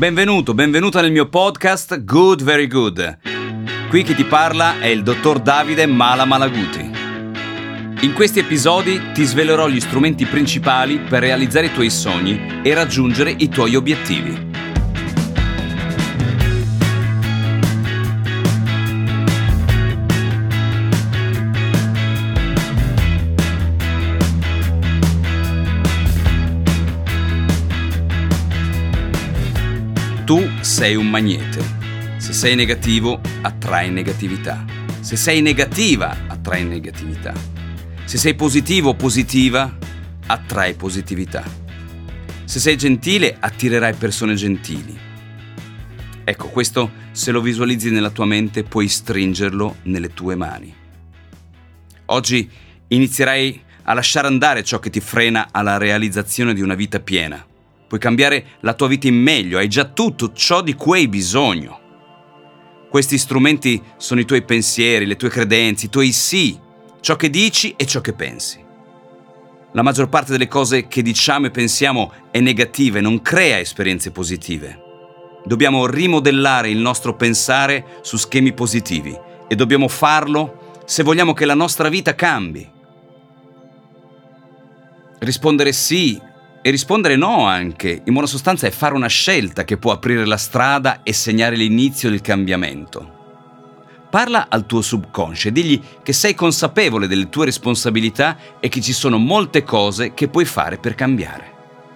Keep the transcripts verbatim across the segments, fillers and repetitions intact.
Benvenuto, benvenuta nel mio podcast Good Very Good. Qui chi ti parla è il dottor Davide Mala Malaguti. In questi episodi ti svelerò gli strumenti principali per realizzare i tuoi sogni e raggiungere i tuoi obiettivi. Tu sei un magnete. Se sei negativo, attrai negatività. Se sei negativa, attrai negatività. Se sei positivo o positiva, attrai positività. Se sei gentile, attirerai persone gentili. Ecco, questo, se lo visualizzi nella tua mente, puoi stringerlo nelle tue mani. Oggi inizierai a lasciare andare ciò che ti frena alla realizzazione di una vita piena. Puoi cambiare la tua vita in meglio, hai già tutto ciò di cui hai bisogno. Questi strumenti sono i tuoi pensieri, le tue credenze, i tuoi sì, ciò che dici e ciò che pensi. La maggior parte delle cose che diciamo e pensiamo è negativa e non crea esperienze positive. Dobbiamo rimodellare il nostro pensare su schemi positivi e dobbiamo farlo se vogliamo che la nostra vita cambi. Rispondere sì e rispondere no anche, in buona sostanza, è fare una scelta che può aprire la strada e segnare l'inizio del cambiamento. Parla al tuo subconscio e digli che sei consapevole delle tue responsabilità e che ci sono molte cose che puoi fare per cambiare.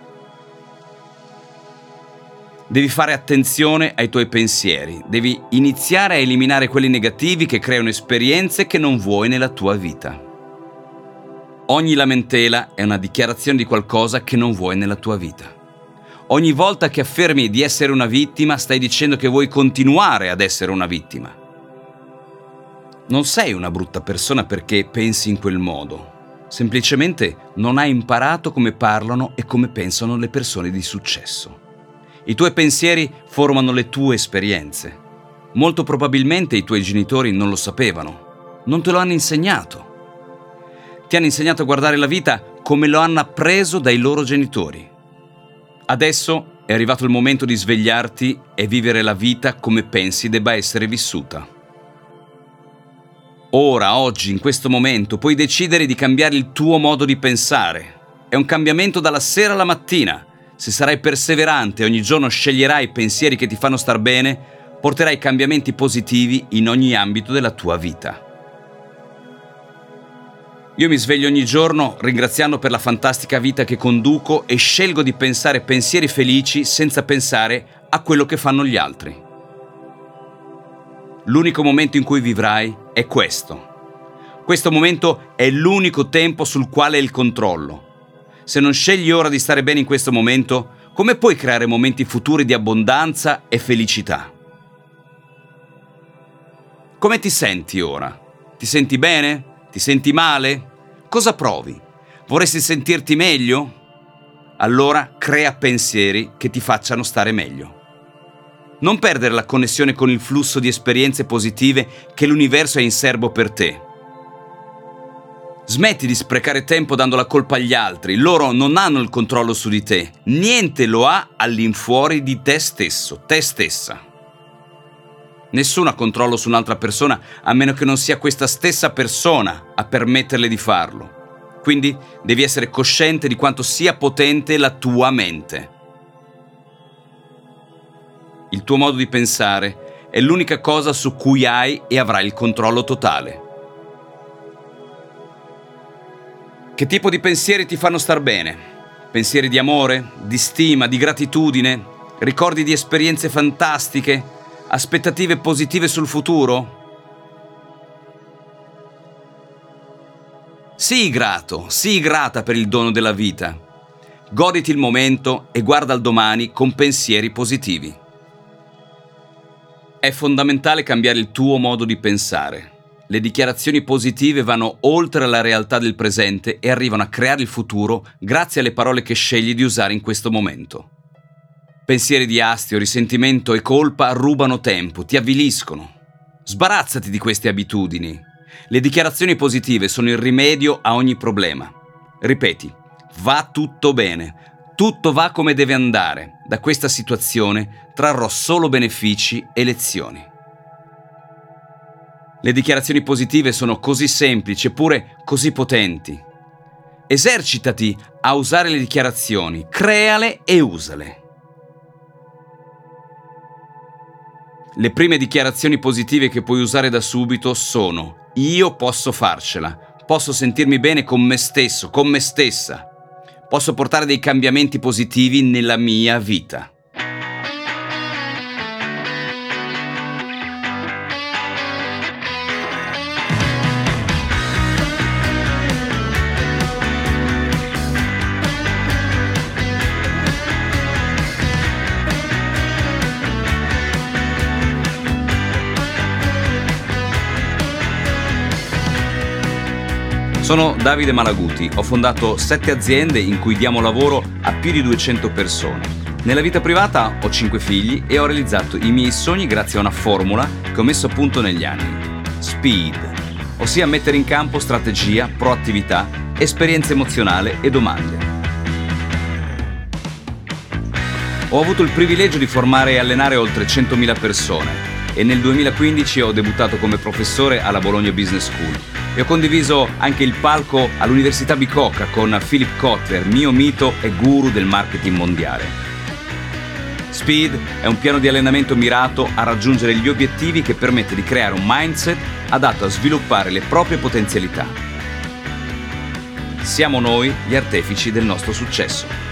Devi fare attenzione ai tuoi pensieri, devi iniziare a eliminare quelli negativi che creano esperienze che non vuoi nella tua vita. Ogni lamentela è una dichiarazione di qualcosa che non vuoi nella tua vita. Ogni volta che affermi di essere una vittima, stai dicendo che vuoi continuare ad essere una vittima. Non sei una brutta persona perché pensi in quel modo. Semplicemente non hai imparato come parlano e come pensano le persone di successo. I tuoi pensieri formano le tue esperienze. Molto probabilmente i tuoi genitori non lo sapevano. Non te lo hanno insegnato. Ti hanno insegnato a guardare la vita come lo hanno appreso dai loro genitori. Adesso è arrivato il momento di svegliarti e vivere la vita come pensi debba essere vissuta. Ora, oggi, in questo momento, puoi decidere di cambiare il tuo modo di pensare. È un cambiamento dalla sera alla mattina. Se sarai perseverante e ogni giorno sceglierai pensieri che ti fanno star bene, porterai cambiamenti positivi in ogni ambito della tua vita. Io mi sveglio ogni giorno ringraziando per la fantastica vita che conduco e scelgo di pensare pensieri felici senza pensare a quello che fanno gli altri. L'unico momento in cui vivrai è questo. Questo momento è l'unico tempo sul quale hai il controllo. Se non scegli ora di stare bene in questo momento, come puoi creare momenti futuri di abbondanza e felicità? Come ti senti ora? Ti senti bene? Ti senti male? Cosa provi? Vorresti sentirti meglio? Allora crea pensieri che ti facciano stare meglio. Non perdere la connessione con il flusso di esperienze positive che l'universo è in serbo per te. Smetti di sprecare tempo dando la colpa agli altri. Loro non hanno il controllo su di te. Niente lo ha all'infuori di te stesso, te stessa. Nessuno ha controllo su un'altra persona a meno che non sia questa stessa persona a permetterle di farlo. Quindi devi essere cosciente di quanto sia potente la tua mente. Il tuo modo di pensare è l'unica cosa su cui hai e avrai il controllo totale. Che tipo di pensieri ti fanno star bene? Pensieri di amore, di stima, di gratitudine, ricordi di esperienze fantastiche? Aspettative positive sul futuro? Sii grato, sii grata per il dono della vita. Goditi il momento e guarda al domani con pensieri positivi. È fondamentale cambiare il tuo modo di pensare. Le dichiarazioni positive vanno oltre la realtà del presente e arrivano a creare il futuro grazie alle parole che scegli di usare in questo momento. Pensieri di astio, risentimento e colpa rubano tempo, ti avviliscono. Sbarazzati di queste abitudini. Le dichiarazioni positive sono il rimedio a ogni problema. Ripeti, va tutto bene, Tutto va come deve andare. Da questa situazione trarrò solo benefici e lezioni. Le dichiarazioni positive sono così semplici eppure così potenti. Esercitati a usare le dichiarazioni, creale e usale. Le prime dichiarazioni positive che puoi usare da subito sono: io posso farcela, posso sentirmi bene con me stesso, con me stessa, posso portare dei cambiamenti positivi nella mia vita. Sono Davide Malaguti, ho fondato sette aziende in cui diamo lavoro a più di duecento persone. Nella vita privata ho cinque figli e ho realizzato i miei sogni grazie a una formula che ho messo a punto negli anni. SPEED, ossia mettere in campo strategia, proattività, esperienza emozionale e domande. Ho avuto il privilegio di formare e allenare oltre centomila persone e nel duemilaquindici ho debuttato come professore alla Bologna Business School. E ho condiviso anche il palco all'Università Bicocca con Philip Kotler, mio mito e guru del marketing mondiale. SPEED è un piano di allenamento mirato a raggiungere gli obiettivi che permette di creare un mindset adatto a sviluppare le proprie potenzialità. Siamo noi gli artefici del nostro successo.